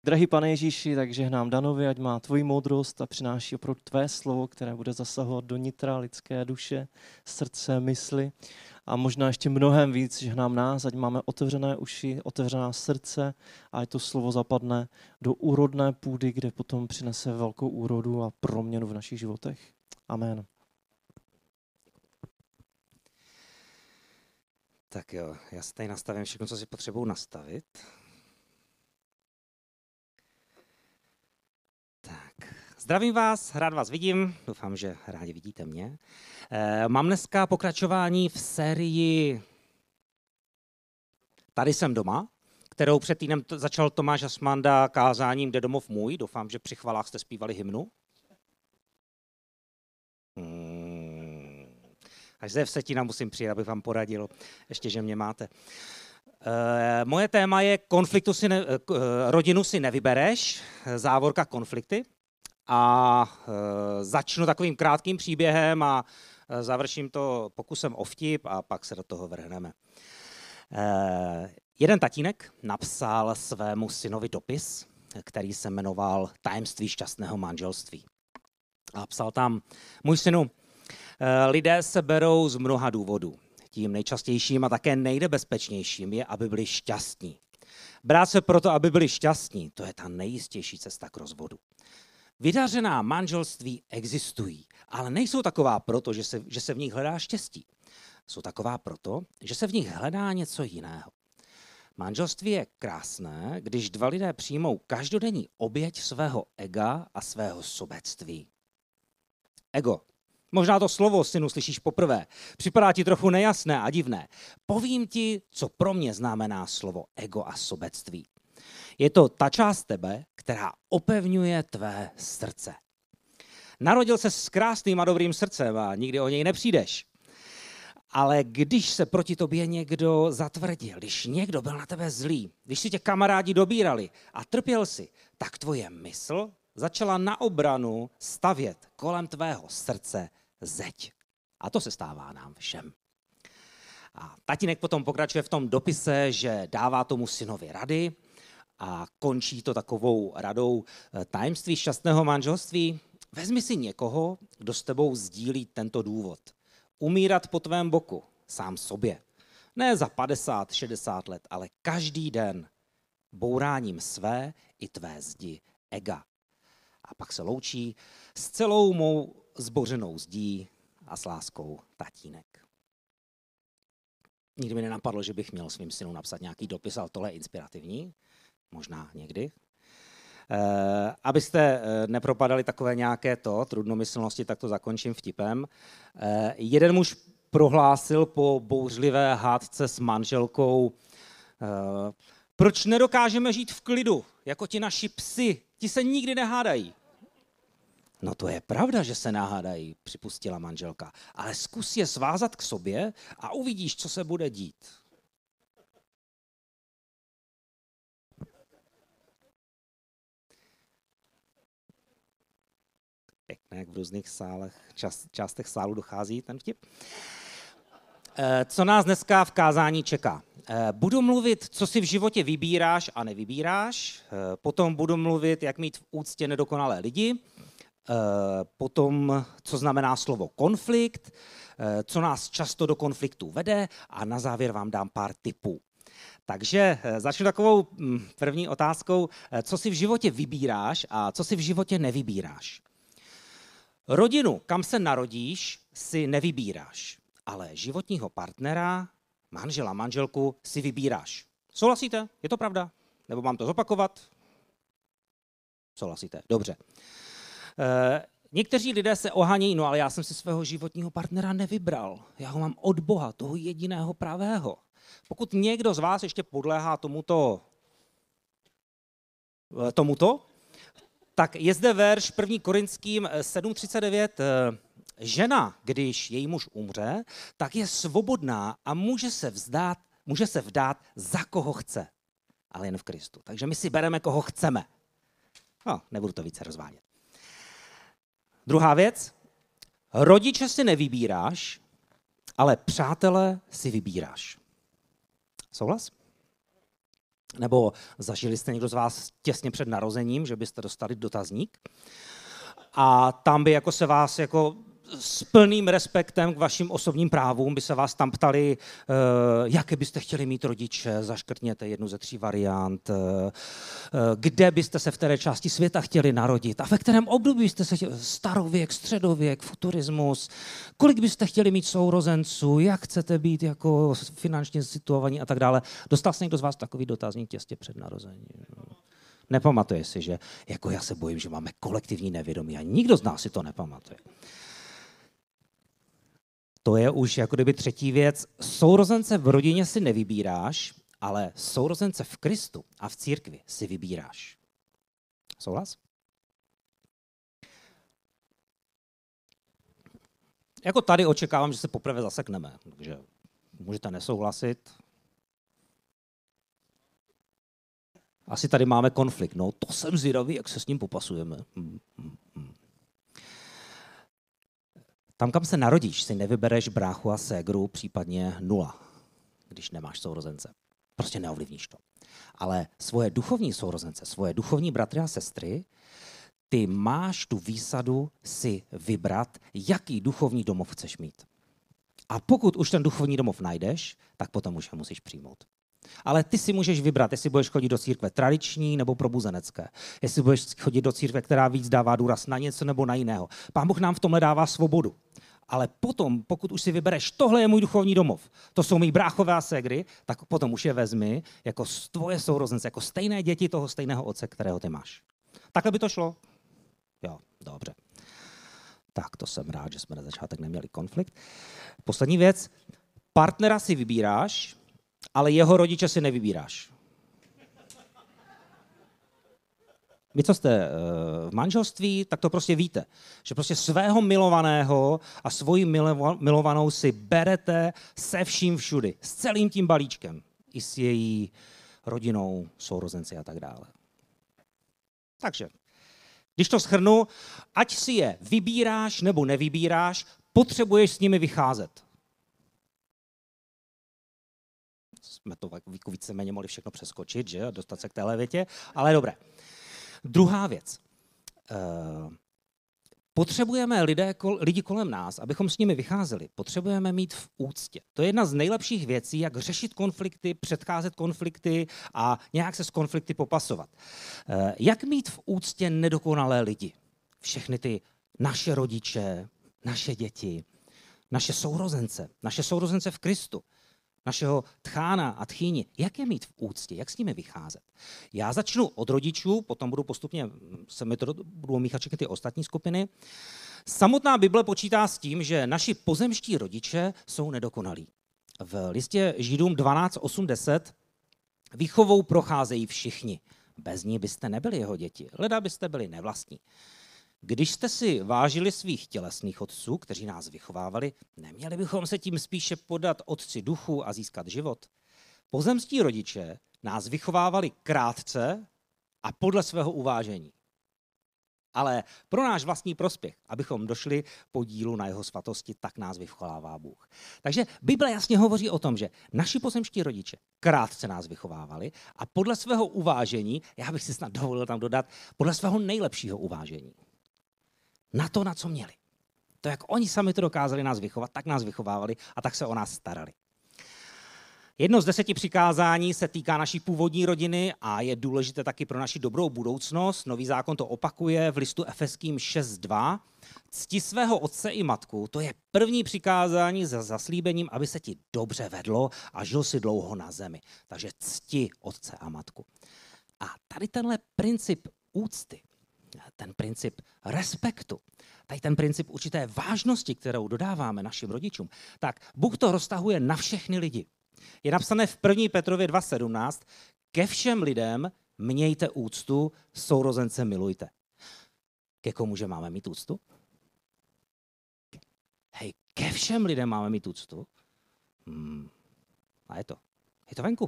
Drahý Pane Ježíši, tak žehnám Danovi, ať má tvoji moudrost a přináší opravdu tvé slovo, které bude zasahovat do nitra lidské duše, srdce, mysli a možná ještě mnohem víc žehnám nás, ať máme otevřené uši, otevřená srdce a ať to slovo zapadne do úrodné půdy, kde potom přinese velkou úrodu a proměnu v našich životech. Amen. Tak jo, já si tady nastavím všechno, co si potřebuji nastavit. Tak, zdravím vás, rád vás vidím, doufám, že rádi vidíte mě. Mám dneska pokračování v sérii Tady jsem doma, kterou před týdnem začal Tomáš Asmanda kázáním Jde domov můj. Doufám, že při chvalách jste zpívali hymnu. Až ze Vsetína musím přijet, abych vám poradil, ještě, že mě máte. Moje téma je rodinu si nevybereš, závorka konflikty. A začnu takovým krátkým příběhem a završím to pokusem o vtip a pak se do toho vrhneme. Jeden tatínek napsal svému synovi dopis, který se jmenoval Tajemství šťastného manželství. A psal tam: Můj synu, lidé se berou z mnoha důvodů. Tím nejčastějším a také nejnebezpečnějším je, aby byli šťastní. Brát se proto, aby byli šťastní, to je ta nejistější cesta k rozvodu. Vydařená manželství existují, ale nejsou taková proto, že se v nich hledá štěstí. Jsou taková proto, že se v nich hledá něco jiného. Manželství je krásné, když dva lidé přijmou každodenní oběť svého ega a svého sobectví. Ego. Možná to slovo, synu, slyšíš poprvé. Připadá ti trochu nejasné a divné. Povím ti, co pro mě znamená slovo ego a sobectví. Je to ta část tebe, která opevňuje tvé srdce. Narodil se s krásným a dobrým srdcem a nikdy o něj nepřijdeš. Ale když se proti tobě někdo zatvrdil, když někdo byl na tebe zlý, když si tě kamarádi dobírali a trpěl si, tak tvoje mysl začala na obranu stavět kolem tvého srdce zeď. A to se stává nám všem. A tatínek potom pokračuje v tom dopise, že dává tomu synovi rady a končí to takovou radou: tajemství šťastného manželství. Vezmi si někoho, kdo s tebou sdílí tento důvod. Umírat po tvém boku, sám sobě. Ne za 50, 60 let, ale každý den. Bouráním své i tvé zdi ega. A pak se loučí s celou mou zbořenou zdí a s láskou, tatínek. Nikdy mi nenapadlo, že bych měl svým synům napsat nějaký dopis, ale tohle je inspirativní. Možná někdy. Abyste nepropadali takové nějaké trudnomyslnosti, tak to zakončím vtipem. Jeden muž prohlásil po bouřlivé hádce s manželkou: proč nedokážeme žít v klidu, jako ti naši psi? Ti se nikdy nehádají. No to je pravda, že se nehádají, připustila manželka. Ale zkus je svázat k sobě a uvidíš, co se bude dít. Pěkné, jak v různých částech sálu dochází ten vtip. Co nás dneska v kázání čeká? Budu mluvit, co si v životě vybíráš a nevybíráš, potom budu mluvit, jak mít v úctě nedokonalé lidi, potom, co znamená slovo konflikt, co nás často do konfliktu vede a na závěr vám dám pár tipů. Takže začnu takovou první otázkou: co si v životě vybíráš a co si v životě nevybíráš. Rodinu, kam se narodíš, si nevybíráš, ale životního partnera, manžela, manželku si vybíráš. Souhlasíte? Je to pravda? Nebo mám to zopakovat? Souhlasíte? Dobře. Někteří lidé se ohánějí: no ale já jsem si svého životního partnera nevybral. Já ho mám od Boha, toho jediného pravého. Pokud někdo z vás ještě podléhá tomuto, tak je zde verš 1. Korinským 7:39. Žena, když její muž umře, tak je svobodná a může se vdát za koho chce, ale jen v Kristu. Takže my si bereme, koho chceme. No, nebudu to více rozvádět. Druhá věc. Rodiče si nevybíráš, ale přátele si vybíráš. Souhlas? Nebo zažili jste někdo z vás těsně před narozením, že byste dostali dotazník a tam by jako se vás jako s plným respektem k vašim osobním právům by se vás tam ptali, jaké byste chtěli mít rodiče, zaškrtněte jednu ze 3 variant, kde byste se v té části světa chtěli narodit a ve kterém období byste se chtěli, starověk, středověk, futurismus, kolik byste chtěli mít sourozenců, jak chcete být jako finančně situovaní a tak dále. Dostal se někdo z vás takový dotazník těsně před narozením? Nepamatuje si, že jako já se bojím, že máme kolektivní nevědomí a nikdo z nás si to nepamatuje. To je už jako kdyby třetí věc. Sourozence v rodině si nevybíráš, ale sourozence v Kristu a v církvi si vybíráš. Souhlas? Jako tady očekávám, že se poprvé zasekneme, takže můžete nesouhlasit. Asi tady máme konflikt. No, to jsem zvědavý, jak se s ním popasujeme. Tam, kam se narodíš, si nevybereš bráchu a ségru, případně 0, když nemáš sourozence. Prostě neovlivníš to. Ale svoje duchovní sourozence, svoje duchovní bratry a sestry, ty máš tu výsadu si vybrat, jaký duchovní domov chceš mít. A pokud už ten duchovní domov najdeš, tak potom už ho musíš přijmout. Ale ty si můžeš vybrat, jestli budeš chodit do církve tradiční nebo probuzenecké. Jestli budeš chodit do církve, která víc dává důraz na něco nebo na jiného. Pán Bůh nám v tomhle dává svobodu. Ale potom, pokud už si vybereš, tohle je můj duchovní domov, to jsou mý bráchové a ségry, tak potom už je vezmi jako tvoje sourozence, jako stejné děti toho stejného otce, kterého ty máš. Takhle by to šlo? Jo, dobře. Tak to jsem rád, že jsme na začátek neměli konflikt. Poslední věc. Partnera si vybíráš, ale jeho rodiče si nevybíráš. Vy, co jste v manželství, tak to prostě víte. Že prostě svého milovaného a svoji milovanou si berete se vším všudy. S celým tím balíčkem. I s její rodinou, sourozenci a tak dále. Takže, když to shrnu, ať si je vybíráš nebo nevybíráš, potřebuješ s nimi vycházet. Jsme to víceméně mohli všechno přeskočit, že? Dostat se k téhle větě, ale dobré. Druhá věc. Potřebujeme lidi kolem nás, abychom s nimi vycházeli. Potřebujeme mít v úctě. To je jedna z nejlepších věcí, jak řešit konflikty, předcházet konflikty a nějak se s konflikty popasovat. Jak mít v úctě nedokonalé lidi? Všechny ty naše rodiče, naše děti, naše sourozence v Kristu. Našeho tchána a tchýni, jak je mít v úctě, jak s nimi vycházet. Já začnu od rodičů, potom budu postupně, budou míchat všechny ty ostatní skupiny. Samotná Bible počítá s tím, že naši pozemští rodiče jsou nedokonalí. V listě Židům 12:8-10 výchovou procházejí všichni. Bez ní byste nebyli jeho děti, leda byste byli nevlastní. Když jste si vážili svých tělesných otců, kteří nás vychovávali, neměli bychom se tím spíše podat otci duchu a získat život? Pozemští rodiče nás vychovávali krátce a podle svého uvážení. Ale pro náš vlastní prospěch, abychom došli podílu na jeho svatosti, tak nás vychovává Bůh. Takže Bible jasně hovoří o tom, že naši pozemští rodiče krátce nás vychovávali a podle svého uvážení, já bych si snad dovolil tam dodat, podle svého nejlepšího uvážení. Na to, na co měli. To, jak oni sami to dokázali nás vychovat, tak nás vychovávali a tak se o nás starali. Jedno z 10 přikázání se týká naší původní rodiny a je důležité taky pro naši dobrou budoucnost. Nový zákon to opakuje v listu Efeským 6:2. Cti svého otce i matku, to je první přikázání za zaslíbením, aby se ti dobře vedlo a žil si dlouho na zemi. Takže cti otce a matku. A tady tenhle princip úcty, ten princip respektu, tady ten princip určité vážnosti, kterou dodáváme našim rodičům, tak Bůh to roztahuje na všechny lidi. Je napsané v 1. Petrově 2:17, ke všem lidem mějte úctu, sourozence milujte. Ke komu že máme mít úctu? Hej, ke všem lidem máme mít úctu? A je to venku.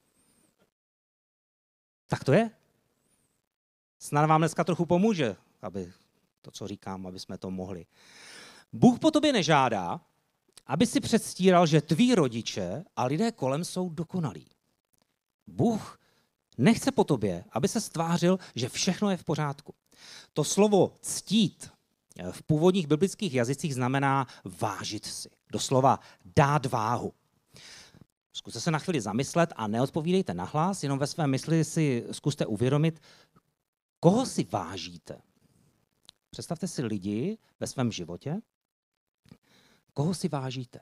Tak to je. Snad vám dneska trochu pomůže, aby to, co říkám, aby jsme to mohli. Bůh po tobě nežádá, aby si předstíral, že tví rodiče a lidé kolem jsou dokonalí. Bůh Nechce po tobě, aby se stvářil, že všechno je v pořádku. To slovo ctít v původních biblických jazycích znamená vážit si. Doslova dát váhu. Zkuste se na chvíli zamyslet a neodpovídejte nahlas, jenom ve své mysli si zkuste uvědomit, koho si vážíte. Představte si lidi ve svém životě, koho si vážíte.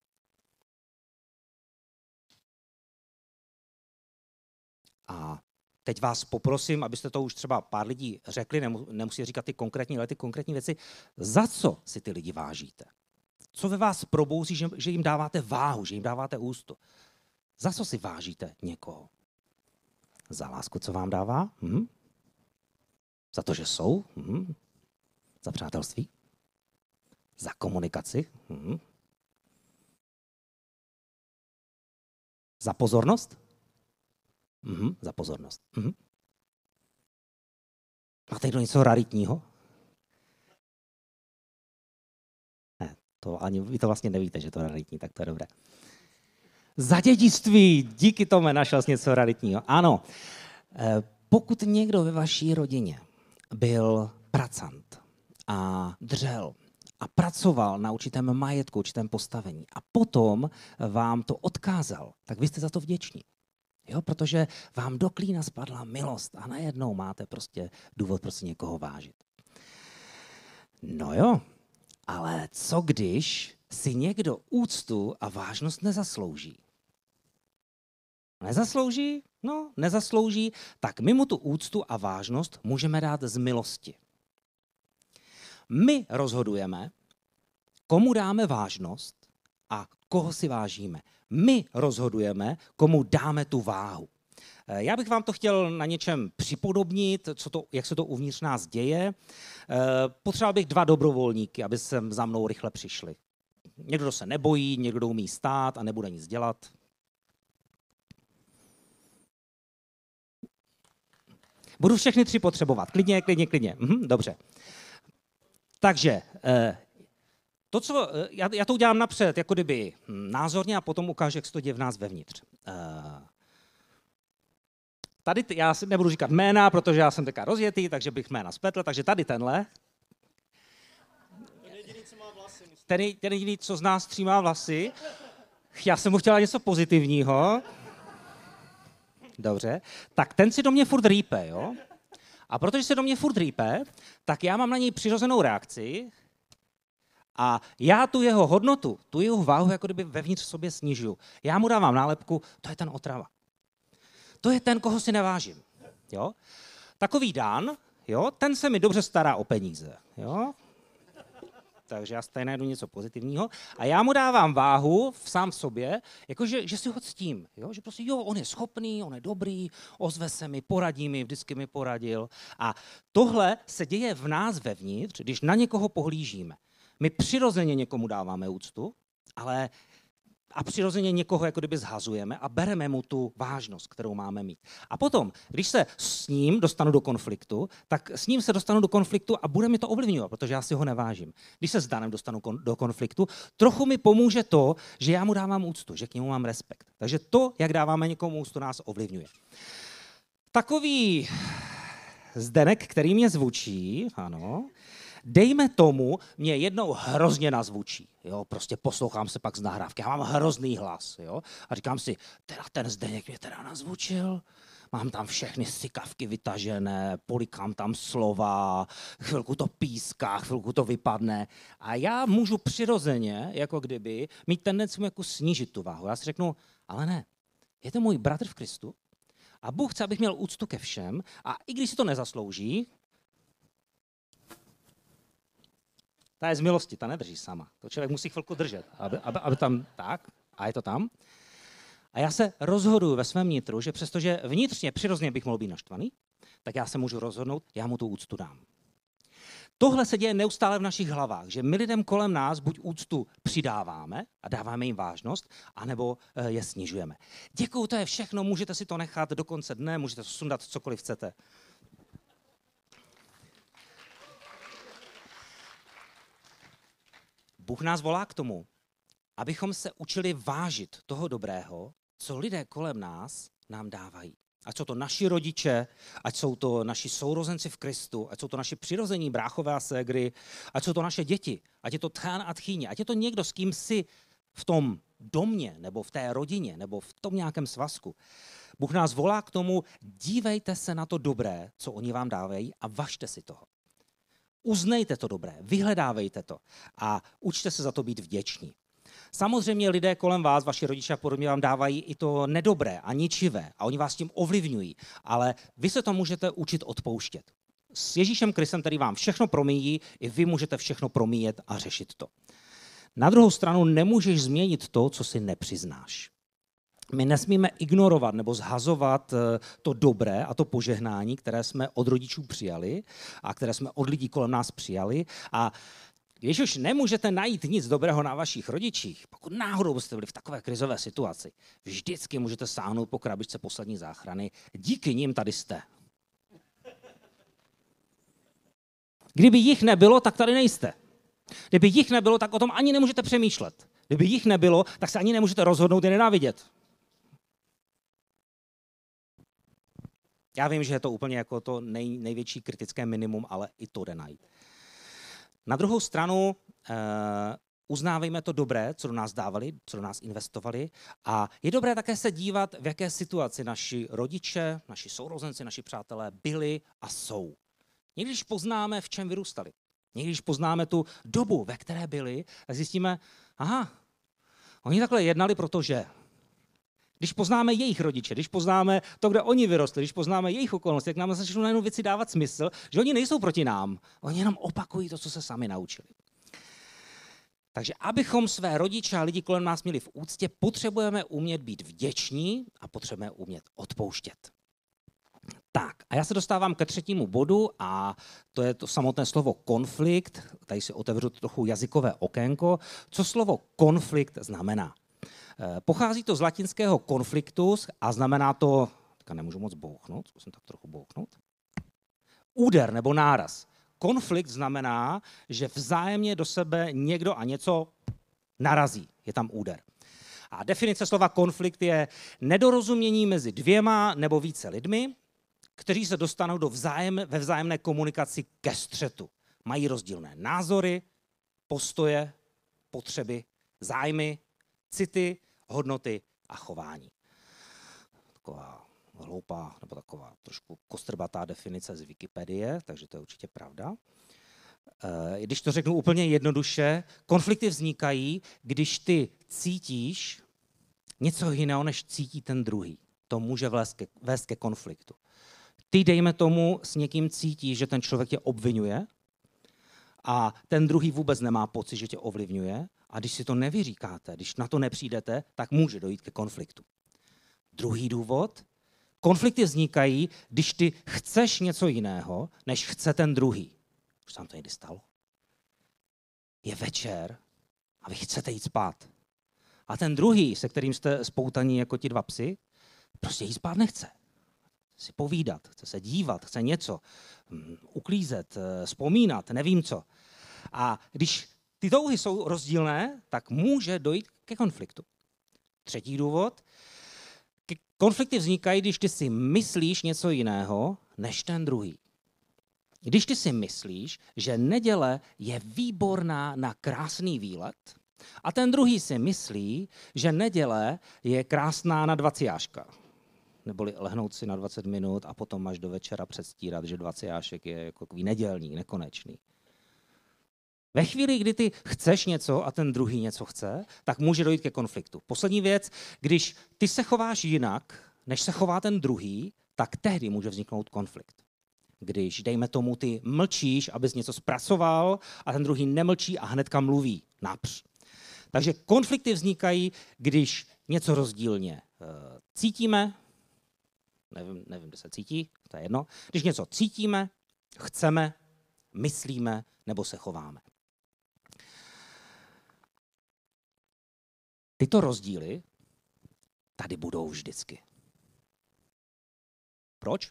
A teď vás poprosím, abyste to už třeba pár lidí řekli, nemusíte říkat ty konkrétní věci, za co si ty lidi vážíte. Co ve vás probouzí, že jim dáváte váhu, že jim dáváte úctu. Za co si vážíte někoho? Za lásku, co vám dává? Za to, že jsou? Za přátelství? Za komunikaci? Za pozornost? Za pozornost. Máte někdo něco raritního? Ne, to ani vy to vlastně nevíte, že to je raritní, tak to je dobré. Za dědictví, díky tomu našel jsi něco raritního. Ano, pokud někdo ve vaší rodině byl pracant a dřel a pracoval na určitém majetku, určitém postavení a potom vám to odkázal, tak vy jste za to vděční. Jo, protože vám do klína spadla milost a najednou máte prostě důvod prostě někoho vážit. No jo, ale co když si někdo úctu a vážnost nezaslouží? Nezaslouží? No, nezaslouží, tak my mu tu úctu a vážnost můžeme dát z milosti. My rozhodujeme, komu dáme vážnost a koho si vážíme. My rozhodujeme, komu dáme tu váhu. Já bych vám to chtěl na něčem připodobnit, jak se to uvnitř nás děje. Potřeboval bych 2 dobrovolníky, aby sem za mnou rychle přišli. Někdo se nebojí, někdo umí stát a nebude nic dělat. Budu všechny 3 potřebovat. Klidně. Dobře. Takže já to udělám napřed, jako kdyby názorně a potom ukážu, jak se to děje v nás vevnitř. Tady já si nebudu říkat jména, protože já jsem teďka rozjetý, takže bych jména spletl, takže tady tenhle. Ten jediný, co z nás 3 má vlasy. Já jsem mu chtěla něco pozitivního. Dobře. Tak ten si do mě furt rýpe, jo? A protože se do mě furt rýpe, tak já mám na něj přirozenou reakci a já tu jeho hodnotu, tu jeho váhu jako kdyby vevnitř sobě snižuju. Já mu dávám nálepku, to je ten otrava. To je ten, koho si nevážím. Jo? Takový Dan, jo, ten se mi dobře stará o peníze. Jo? Takže já tady najdu něco pozitivního a já mu dávám váhu sám v sobě, jakože že si ho ctím, jo? Že prostě jo, on je schopný, on je dobrý, ozve se mi, poradí mi, vždycky mi poradil. A tohle se děje v nás vevnitř, když na někoho pohlížíme. My přirozeně někomu dáváme úctu, a přirozeně někoho jako kdyby zhazujeme a bereme mu tu vážnost, kterou máme mít. A potom, když se s ním dostanu do konfliktu, tak s ním se dostanu do konfliktu a bude mi to ovlivňovat, protože já si ho nevážím. Když se s Danem dostanu do konfliktu, trochu mi pomůže to, že já mu dávám úctu, že k němu mám respekt. Takže to, jak dáváme někomu úctu, nás ovlivňuje. Takový Zdenek, který mě zvučí, ano, dejme tomu, mě jednou hrozně nazvučí. Jo? Prostě poslouchám se pak z nahrávky. Já mám hrozný hlas. Jo? A říkám si, teda ten Zdeněk mě teda nazvučil. Mám tam všechny sykavky vytažené, polikám tam slova, chvilku to píská, chvilku to vypadne. A já můžu přirozeně, jako kdyby, mít tendenci mu jako snížit tu váhu. Já si řeknu, ale ne, je to můj bratr v Kristu a Bůh chce, abych měl úctu ke všem a i když si to nezaslouží, ta je z milosti, ta nedrží sama. To člověk musí chvilku držet, aby tam tak, a je to tam. A já se rozhoduju ve svém nitru, že přestože vnitřně přirozeně bych mohl být naštvaný, tak já se můžu rozhodnout, já mu tu úctu dám. Tohle se děje neustále v našich hlavách, že my lidem kolem nás buď úctu přidáváme a dáváme jim vážnost, anebo je snižujeme. Děkuju, to je všechno, můžete si to nechat do konce dne, můžete sundat cokoliv chcete. Bůh nás volá k tomu, abychom se učili vážit toho dobrého, co lidé kolem nás nám dávají. ať jsou to naši rodiče, ať jsou to naši sourozenci v Kristu, ať jsou to naši přirození bráchové a ségry, ať jsou to naše děti, ať je to tchán a tchýně, ať je to někdo, s kým si v tom domě, nebo v té rodině, nebo v tom nějakém svazku. Bůh nás volá k tomu, dívejte se na to dobré, co oni vám dávají a važte si toho. Uznejte to dobré, vyhledávejte to a učte se za to být vděční. Samozřejmě lidé kolem vás, vaši rodiče a podobně vám dávají i to nedobré a ničivé a oni vás tím ovlivňují, ale vy se to můžete učit odpouštět. S Ježíšem Kristem, který vám všechno promíjí, i vy můžete všechno promíjet a řešit to. Na druhou stranu nemůžeš změnit to, co si nepřiznáš. My nesmíme ignorovat nebo zhazovat to dobré a to požehnání, které jsme od rodičů přijali a které jsme od lidí kolem nás přijali. A když už nemůžete najít nic dobrého na vašich rodičích, pokud náhodou jste byli v takové krizové situaci, vždycky můžete sáhnout po krabičce poslední záchrany. Díky nim tady jste. Kdyby jich nebylo, tak tady nejste. Kdyby jich nebylo, tak o tom ani nemůžete přemýšlet. Kdyby jich nebylo, tak se ani nemůžete rozhodnout je nenávidět. Já vím, že je to úplně jako to největší kritické minimum, ale i to jde najít. Na druhou stranu uznávejme to dobré, co do nás dávali, co do nás investovali a je dobré také se dívat, v jaké situaci naši rodiče, naši sourozenci, naši přátelé byli a jsou. Někdy, když poznáme, v čem vyrůstali, někdy, když poznáme tu dobu, ve které byli, tak zjistíme, aha, oni takhle jednali, protože... Když poznáme jejich rodiče, když poznáme to, kde oni vyrostli, když poznáme jejich okolnosti, tak nám začnou najednou věci dávat smysl, že oni nejsou proti nám, oni jenom opakují to, co se sami naučili. Takže abychom své rodiče a lidi kolem nás měli v úctě, potřebujeme umět být vděční a potřebujeme umět odpouštět. Tak, a já se dostávám ke třetímu bodu a to je to samotné slovo konflikt. Tady si otevřu trochu jazykové okénko. Co slovo konflikt znamená? Pochází to z latinského konfliktus a znamená to, teďka nemůžu moc bouchnout, zkusím tak trochu bouchnout, úder nebo náraz. Konflikt znamená, že vzájemně do sebe někdo a něco narazí, je tam úder. A definice slova konflikt je nedorozumění mezi dvěma nebo více lidmi, kteří se dostanou ve vzájemné komunikaci ke střetu. Mají rozdílné názory, postoje, potřeby, zájmy, city, hodnoty a chování. Taková hloupá nebo taková trošku kostrbatá definice z Wikipedie, takže to je určitě pravda. Když to řeknu úplně jednoduše, konflikty vznikají, když ty cítíš něco jiného, než cítí ten druhý. To může vést ke konfliktu. Ty, dejme tomu, s někým cítíš, že ten člověk tě obvinuje a ten druhý vůbec nemá pocit, že tě ovlivňuje. A když si to nevyříkáte, když na to nepřijdete, tak může dojít ke konfliktu. Druhý důvod, konflikty vznikají, když ty chceš něco jiného, než chce ten druhý. Už se vám to někdy stalo? Je večer a vy chcete jít spát. A ten druhý, se kterým jste spoutaní jako ti dva psi, prostě jít spát nechce. Chce si povídat, chce se dívat, chce něco, uklízet, vzpomínat, nevím co. A když ty touhy jsou rozdílné, tak může dojít ke konfliktu. Třetí důvod. Konflikty vznikají, když ty si myslíš něco jiného, než ten druhý. Když ty si myslíš, že neděle je výborná na krásný výlet a ten druhý si myslí, že neděle je krásná na dvacíjáška. Neboli lehnout si na 20 minut a potom až do večera předstírat, že dvacíjášek je jako takový nedělní, nekonečný. Ve chvíli, kdy ty chceš něco a ten druhý něco chce, tak může dojít ke konfliktu. Poslední věc, když ty se chováš jinak, než se chová ten druhý, tak tehdy může vzniknout konflikt. Když, dejme tomu, ty mlčíš, abys něco zpracoval a ten druhý nemlčí a hnedka mluví např. Takže konflikty vznikají, když něco rozdílně cítíme, nevím, kde se cítí, to je jedno, když něco cítíme, chceme, myslíme nebo se chováme. Tyto rozdíly tady budou vždycky. Proč?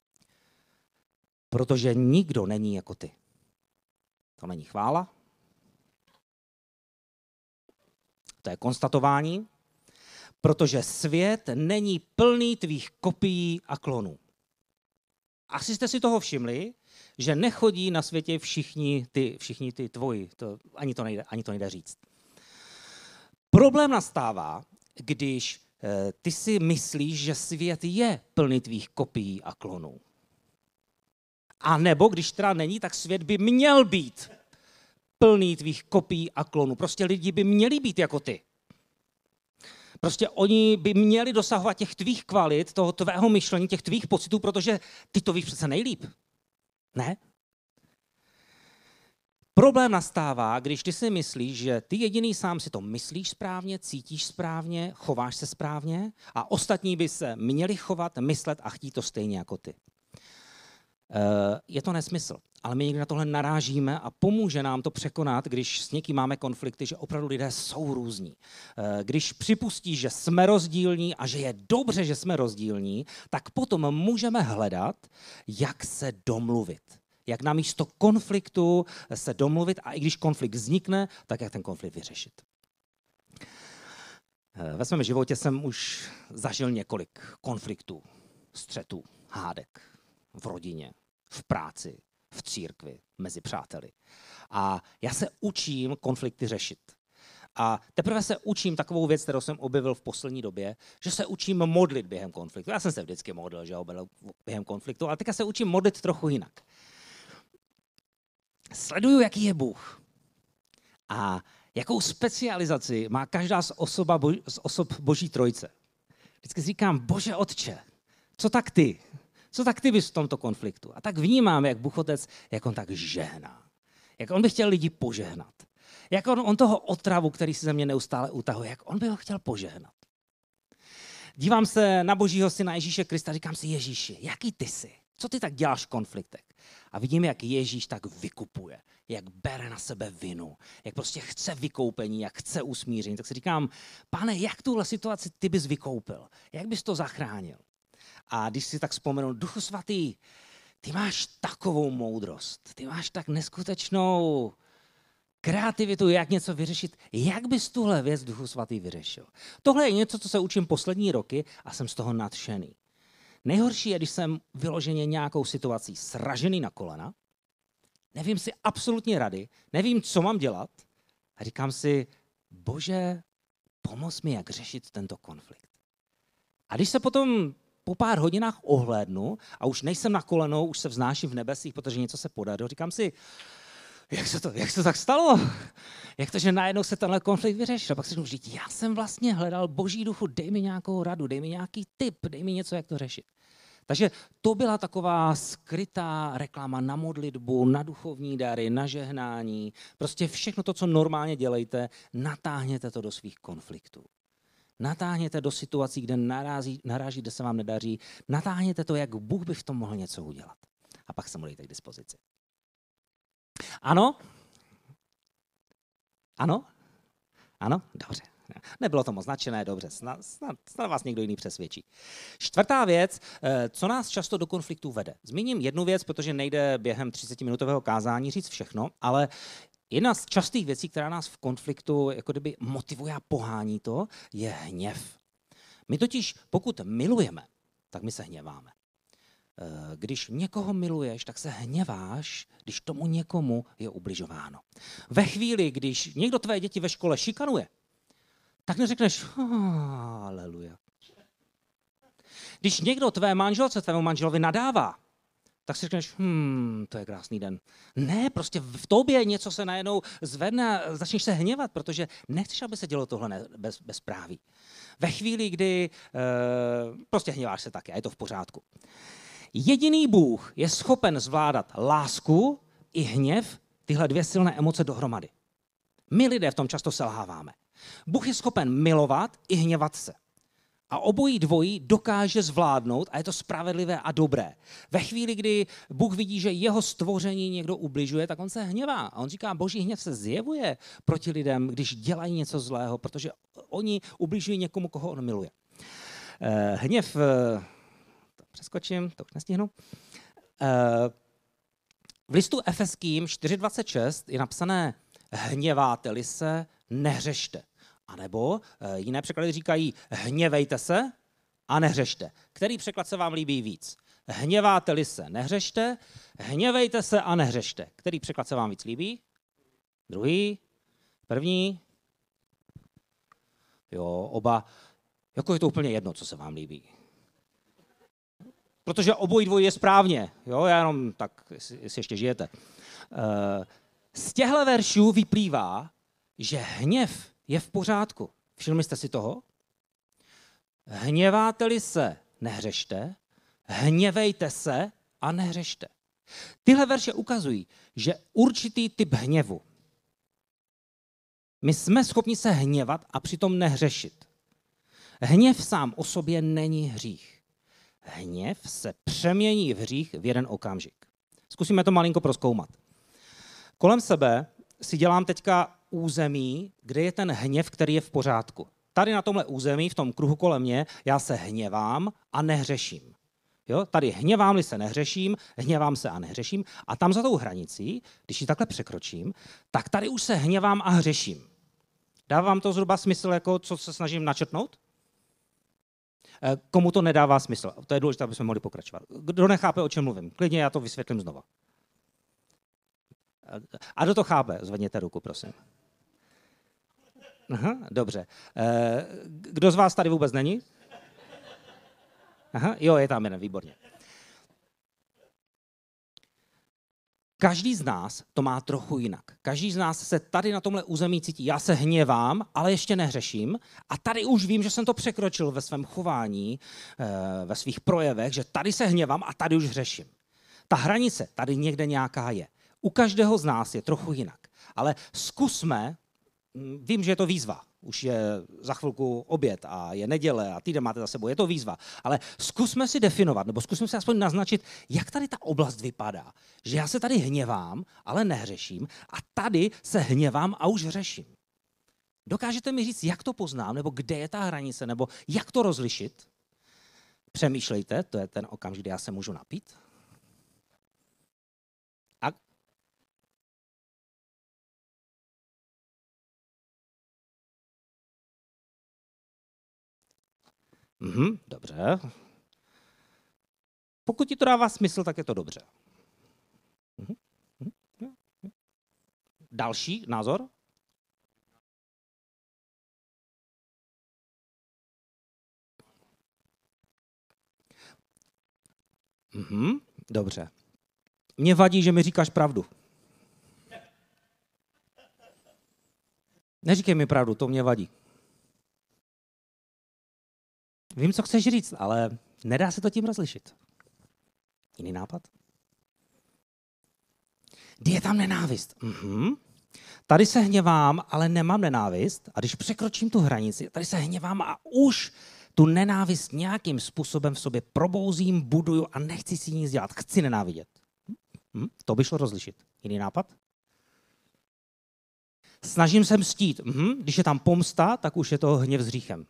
Protože nikdo není jako ty. To není chvála. To je konstatování. protože svět není plný tvých kopií a klonů. Asi jste si toho všimli, že nechodí na světě všichni ty tvoji. Ani to nejde říct. Problém nastává, když ty si myslíš, že svět je plný tvých kopií a klonů. A nebo když teda není, tak svět by měl být plný tvých kopií a klonů. Prostě lidi by měli být jako ty. Prostě oni by měli dosahovat těch tvých kvalit, toho tvého myšlení, těch tvých pocitů, protože ty to víš přece nejlíp. Ne? Problém nastává, když ty si myslíš, že ty jediný sám si to myslíš správně, cítíš správně, chováš se správně a ostatní by se měli chovat, myslet a chtít to stejně jako ty. Je to nesmysl, ale my někdy na tohle narážíme a pomůže nám to překonat, když s někým máme konflikty, že opravdu lidé jsou různí. Když připustíš, že jsme rozdílní a že je dobře, že jsme rozdílní, tak potom můžeme hledat, jak se domluvit. Jak na místo konfliktu se domluvit a i když konflikt vznikne, tak jak ten konflikt vyřešit. Ve svém životě jsem už zažil několik konfliktů, střetů, hádek v rodině, v práci, v církvi, mezi přáteli. A já se učím konflikty řešit. A teprve se učím takovou věc, kterou jsem objevil v poslední době, že se učím modlit během konfliktu. Já jsem se vždycky modlil, že během konfliktu, ale teďka se učím modlit trochu jinak. Sleduju, jaký je Bůh a jakou specializaci má každá z osob Boží trojice. Vždycky si říkám, Bože Otče, co tak ty? Co tak ty bys v tomto konfliktu? A tak vnímám, jak Bůh Otec, jak on tak žehná. Jak on by chtěl lidi požehnat. Jak on toho otravu, který si ze mě neustále utahuje, jak on by ho chtěl požehnat. Dívám se na Božího syna Ježíše Krista, říkám si, Ježíši, jaký ty jsi? Co ty tak děláš v konfliktech? A vidím, jak Ježíš tak vykupuje, jak bere na sebe vinu, jak prostě chce vykoupení, jak chce usmíření. Tak si říkám, Pane, jak tuhle situaci ty bys vykoupil? Jak bys to zachránil? A když si tak vzpomenu, Duchu Svatý, ty máš takovou moudrost, ty máš tak neskutečnou kreativitu, jak něco vyřešit. Jak bys tuhle věc, Duchu Svatý, vyřešil? Tohle je něco, co se učím poslední roky a jsem z toho nadšený. Nejhorší je, když jsem vyloženě nějakou situací sražený na kolena, nevím si absolutně rady, nevím, co mám dělat a říkám si, Bože, pomoz mi, jak řešit tento konflikt. A když se potom po pár hodinách ohlédnu a už nejsem na kolenou, už se vznáším v nebesích, protože něco se podařilo, říkám si, jak se to tak stalo? Jak to, že najednou se tenhle konflikt vyřešil? Pak si říct, já jsem vlastně hledal, Boží duchu, dej mi nějakou radu, dej mi nějaký tip, dej mi něco, jak to řešit. Takže to byla taková skrytá reklama na modlitbu, na duchovní dary, na žehnání. Prostě všechno to, co normálně dělejte, natáhněte to do svých konfliktů. Natáhněte do situací, kde naráží, kde se vám nedaří. Natáhněte to, jak Bůh by v tom mohl něco udělat. A pak se mu dejte k dispozici. Ano? Ano? Ano? Dobře. Nebylo to moc značené, dobře. Snad vás někdo jiný přesvědčí. Čtvrtá věc, co nás často do konfliktu vede. Zmíním jednu věc, protože nejde během 30-minutového kázání říct všechno, ale jedna z častých věcí, která nás v konfliktu jako kdyby motivuje a pohání to, je hněv. My totiž, pokud milujeme, tak my se hněváme. Když někoho miluješ, tak se hněváš, když tomu někomu je ubližováno. Ve chvíli, když někdo tvé děti ve škole šikanuje, tak neřekneš, haleluja. Když někdo tvé manželce, tvému manželovi nadává, tak si řekneš, to je krásný den. Ne, prostě v tobě něco se najednou zvedne a začneš se hněvat, protože nechceš, aby se dělo tohle bezpráví. Ve chvíli, kdy prostě hněváš se taky a je to v pořádku. Jediný Bůh je schopen zvládat lásku i hněv, tyhle dvě silné emoce dohromady. My lidé v tom často selháváme. Bůh je schopen milovat i hněvat se. A obojí dvojí dokáže zvládnout a je to spravedlivé a dobré. Ve chvíli, kdy Bůh vidí, že jeho stvoření někdo ubližuje, tak on se hněvá. A on říká, Boží hněv se zjevuje proti lidem, když dělají něco zlého, protože oni ubližují někomu, koho on miluje. Hněv, to přeskočím, to už nestihnu. V listu Efeským 4.26 je napsané, hněváte-li se, nehřešte. A nebo jiné překlady říkají hněvejte se a nehřešte. Který překlad se vám líbí víc? Hněváte-li se, nehřešte, hněvejte se a nehřešte. Který překlad se vám víc líbí? Druhý? První? Jo, oba. Jako je to úplně jedno, co se vám líbí. Protože obojí dvojí je správně. Jo, já jenom tak, jestli ještě žijete. Z těchto veršů vyplývá, že hněv je v pořádku. Všimli jste si toho? Hněváte-li se, nehřešte, hněvejte se a nehřešte. Tyhle verše ukazují, že určitý typ hněvu. My jsme schopni se hněvat a přitom nehřešit. Hněv sám o sobě není hřích. Hněv se přemění v hřích v jeden okamžik. Zkusíme to malinko prozkoumat. Kolem sebe si dělám teďka území, kde je ten hněv, který je v pořádku. Tady na tomhle území, v tom kruhu kolem mě, já se hněvám a nehřeším. Jo? Tady hněvám-li se nehřeším, hněvám se a nehřeším. A tam za tou hranicí, když ji takhle překročím, tak tady už se hněvám a hřeším. Dává vám to zhruba smysl, jako co se snažím načrtnout? Komu to nedává smysl? To je důležité, aby jsme mohli pokračovat. Kdo nechápe, o čem mluvím? Klidně já to vysvětlím znova. A kdo to chápe? Zvedněte ruku, prosím. Aha, dobře. Kdo z vás tady vůbec není? Aha, jo, je tam jeden, výborně. Každý z nás to má trochu jinak. Každý z nás se tady na tomhle území cítí. Já se hněvám, ale ještě nehřeším. A tady už vím, že jsem to překročil ve svém chování, ve svých projevech, že tady se hněvám a tady už hřeším. Ta hranice tady někde nějaká je. U každého z nás je trochu jinak. Ale zkusme, vím, že je to výzva. Už je za chvilku oběd a je neděle a týden máte za sebou, je to výzva. Ale zkusme si definovat, nebo zkusme si aspoň naznačit, jak tady ta oblast vypadá. Že já se tady hněvám, ale nehřeším a tady se hněvám a už hřeším. Dokážete mi říct, jak to poznám, nebo kde je ta hranice, nebo jak to rozlišit? Přemýšlejte, to je ten okamžik, kdy já se můžu napít. Dobře. Pokud ti to dává smysl, tak je to dobře. Další názor? Dobře. Mně vadí, že mi říkáš pravdu. Neříkej mi pravdu, to mě vadí. Vím, co chceš říct, ale nedá se to tím rozlišit. Jiný nápad? Kdy je tam nenávist? Tady se hněvám, ale nemám nenávist. A když překročím tu hranici, tady se hněvám a už tu nenávist nějakým způsobem v sobě probouzím, buduju a nechci si nic dělat. Chci nenávidět. To by šlo rozlišit. Jiný nápad? Snažím se mstít. Když je tam pomsta, tak už je to hněv s hříchem.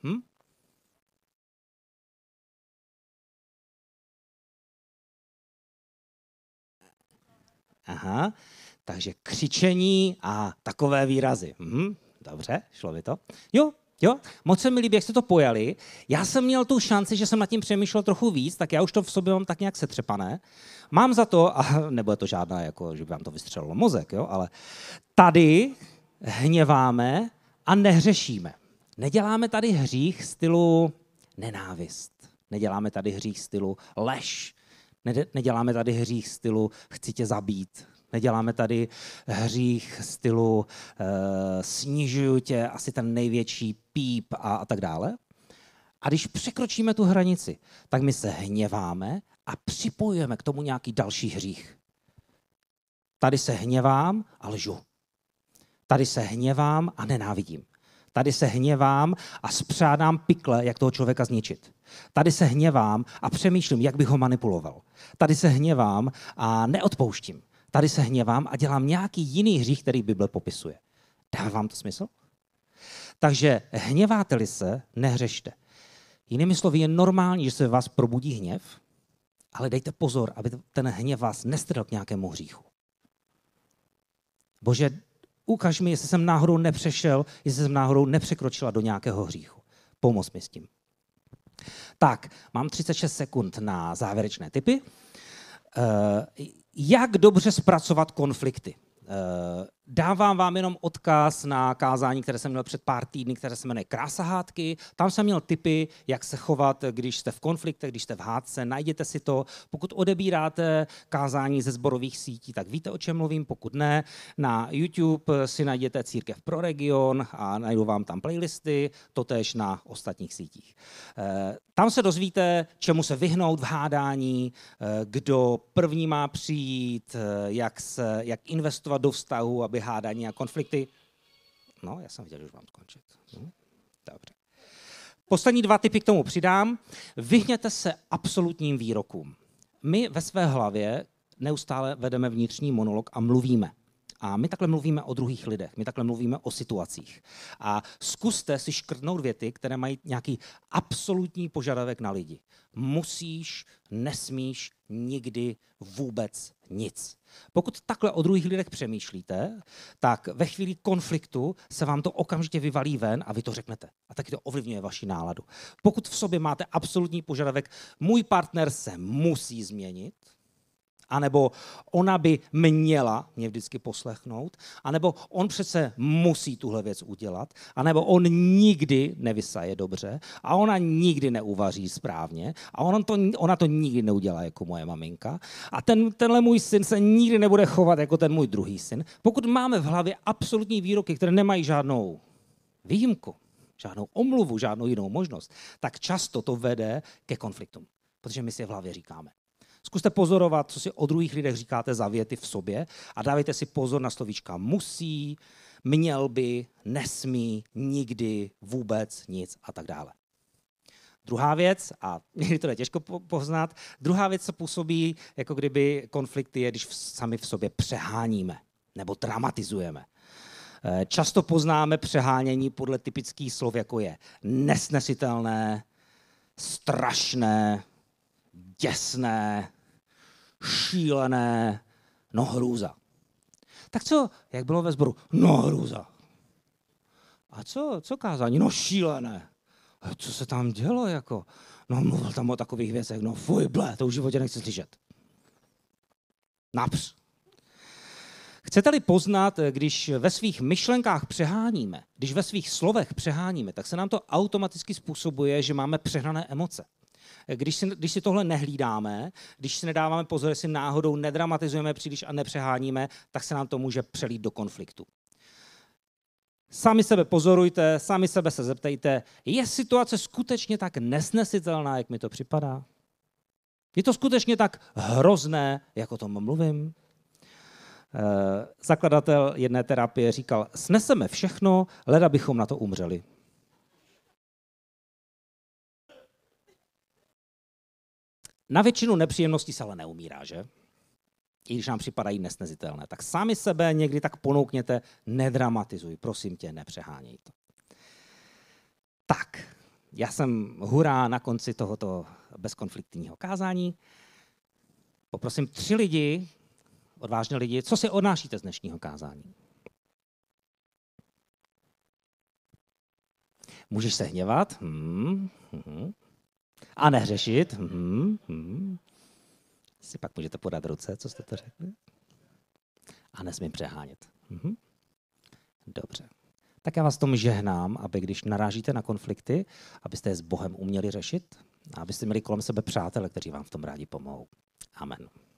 Aha, takže křičení a takové výrazy. Dobře, šlo by to? Jo, moc se mi líbí, jak jste to pojali. Já jsem měl tu šanci, že jsem nad tím přemýšlel trochu víc, tak já už to v sobě mám tak nějak setřepané. Mám za to, a nebude to žádná, jako, že by vám to vystřelilo mozek, jo, ale tady hněváme a nehřešíme. Neděláme tady hřích stylu nenávist. Neděláme tady hřích stylu lež. Neděláme tady hřích stylu chci tě zabít. Neděláme tady hřích stylu snižuju tě, asi ten největší píp a tak dále. A když překročíme tu hranici, tak my se hněváme a připojujeme k tomu nějaký další hřích. Tady se hněvám a lžu. Tady se hněvám a nenávidím. Tady se hněvám a spřádám pikle, jak toho člověka zničit. Tady se hněvám a přemýšlím, jak bych ho manipuloval. Tady se hněvám a neodpouštím. Tady se hněvám a dělám nějaký jiný hřích, který Bible popisuje. Dává vám to smysl? Takže hněváte-li se, nehřešte. Jinými slovy, je normální, že se ve vás probudí hněv, ale dejte pozor, aby ten hněv vás nestrhl k nějakému hříchu. Bože, Ukaž mi, jestli jsem náhodou nepřešel, jestli jsem náhodou nepřekročila do nějakého hříchu. Pomoz mi s tím. Tak, mám 36 sekund na závěrečné tipy. Jak dobře zpracovat konflikty? Dávám vám jenom odkaz na kázání, které jsem měl před pár týdny, které se jmenuje Krása hádky. Tam jsem měl tipy, jak se chovat, když jste v konfliktech, když jste v hádce. Najděte si to. Pokud odebíráte kázání ze sborových sítí, tak víte, o čem mluvím. Pokud ne, na YouTube si najděte Církev pro region a najdu vám tam playlisty, totéž na ostatních sítích. Tam se dozvíte, čemu se vyhnout v hádání, kdo první má přijít, jak investovat do vztahu, aby hádání a konflikty. No, já jsem viděl, že už mám skončit. Dobře. Poslední 2 tipy k tomu přidám. Vyhněte se absolutním výrokům. My ve své hlavě neustále vedeme vnitřní monolog a mluvíme. A my takhle mluvíme o druhých lidech, my takhle mluvíme o situacích. A zkuste si škrtnout věty, které mají nějaký absolutní požadavek na lidi. Musíš, nesmíš, nikdy, vůbec nic. Pokud takhle o druhých lidech přemýšlíte, tak ve chvíli konfliktu se vám to okamžitě vyvalí ven a vy to řeknete. A taky to ovlivňuje vaši náladu. Pokud v sobě máte absolutní požadavek, můj partner se musí změnit, anebo ona by měla mě vždycky poslechnout, anebo on přece musí tuhle věc udělat, anebo on nikdy nevysaje dobře a ona nikdy neuvaří správně a ona to nikdy neudělá jako moje maminka a tenhle můj syn se nikdy nebude chovat jako ten můj druhý syn. Pokud máme v hlavě absolutní výroky, které nemají žádnou výjimku, žádnou omluvu, žádnou jinou možnost, tak často to vede ke konfliktům, protože my si je v hlavě říkáme. Zkuste pozorovat, co si o druhých lidech říkáte za věty v sobě a dávejte si pozor na slovíčka musí, měl by, nesmí, nikdy, vůbec, nic a tak dále. Druhá věc, a někdy to je těžko poznat, druhá věc, co působí, jako kdyby konflikty je, když sami v sobě přeháníme nebo dramatizujeme. Často poznáme přehánění podle typických slov, jako je nesnesitelné, strašné, děsné, šílené, no hrůza. Tak co, jak bylo ve sboru? No hrůza. A co kázání? No šílené. A co se tam dělo jako? No mluvil tam o takových věcech, no fuj, ble, to už v životě nechci slyšet. Např. Chcete-li poznat, když ve svých myšlenkách přeháníme, když ve svých slovech přeháníme, tak se nám to automaticky způsobuje, že máme přehnané emoce. Když si tohle nehlídáme, když si nedáváme pozor, jestli náhodou nedramatizujeme příliš a nepřeháníme, tak se nám to může přelít do konfliktu. Sami sebe pozorujte, sami sebe se zeptejte, je situace skutečně tak nesnesitelná, jak mi to připadá? Je to skutečně tak hrozné, jak o tom mluvím? Zakladatel jedné terapie říkal, sneseme všechno, leda bychom na to umřeli. Na většinu nepříjemností se ale neumírá, že? I když nám připadají nesnesitelné. Tak sami sebe někdy tak ponoukněte, nedramatizuj, prosím tě, nepřeháněj to. Tak, já jsem hurá na konci tohoto bezkonfliktního kázání. Poprosím 3 lidi, odvážné lidi, co si odnášíte z dnešního kázání? Můžeš se hněvat? A nehřešit? Si pak můžete podat ruce, co jste to řekli? A nesmím přehánět. Dobře. Tak já vás tomu žehnám, aby když narážíte na konflikty, abyste je s Bohem uměli řešit a abyste měli kolem sebe přátele, kteří vám v tom rádi pomohou. Amen.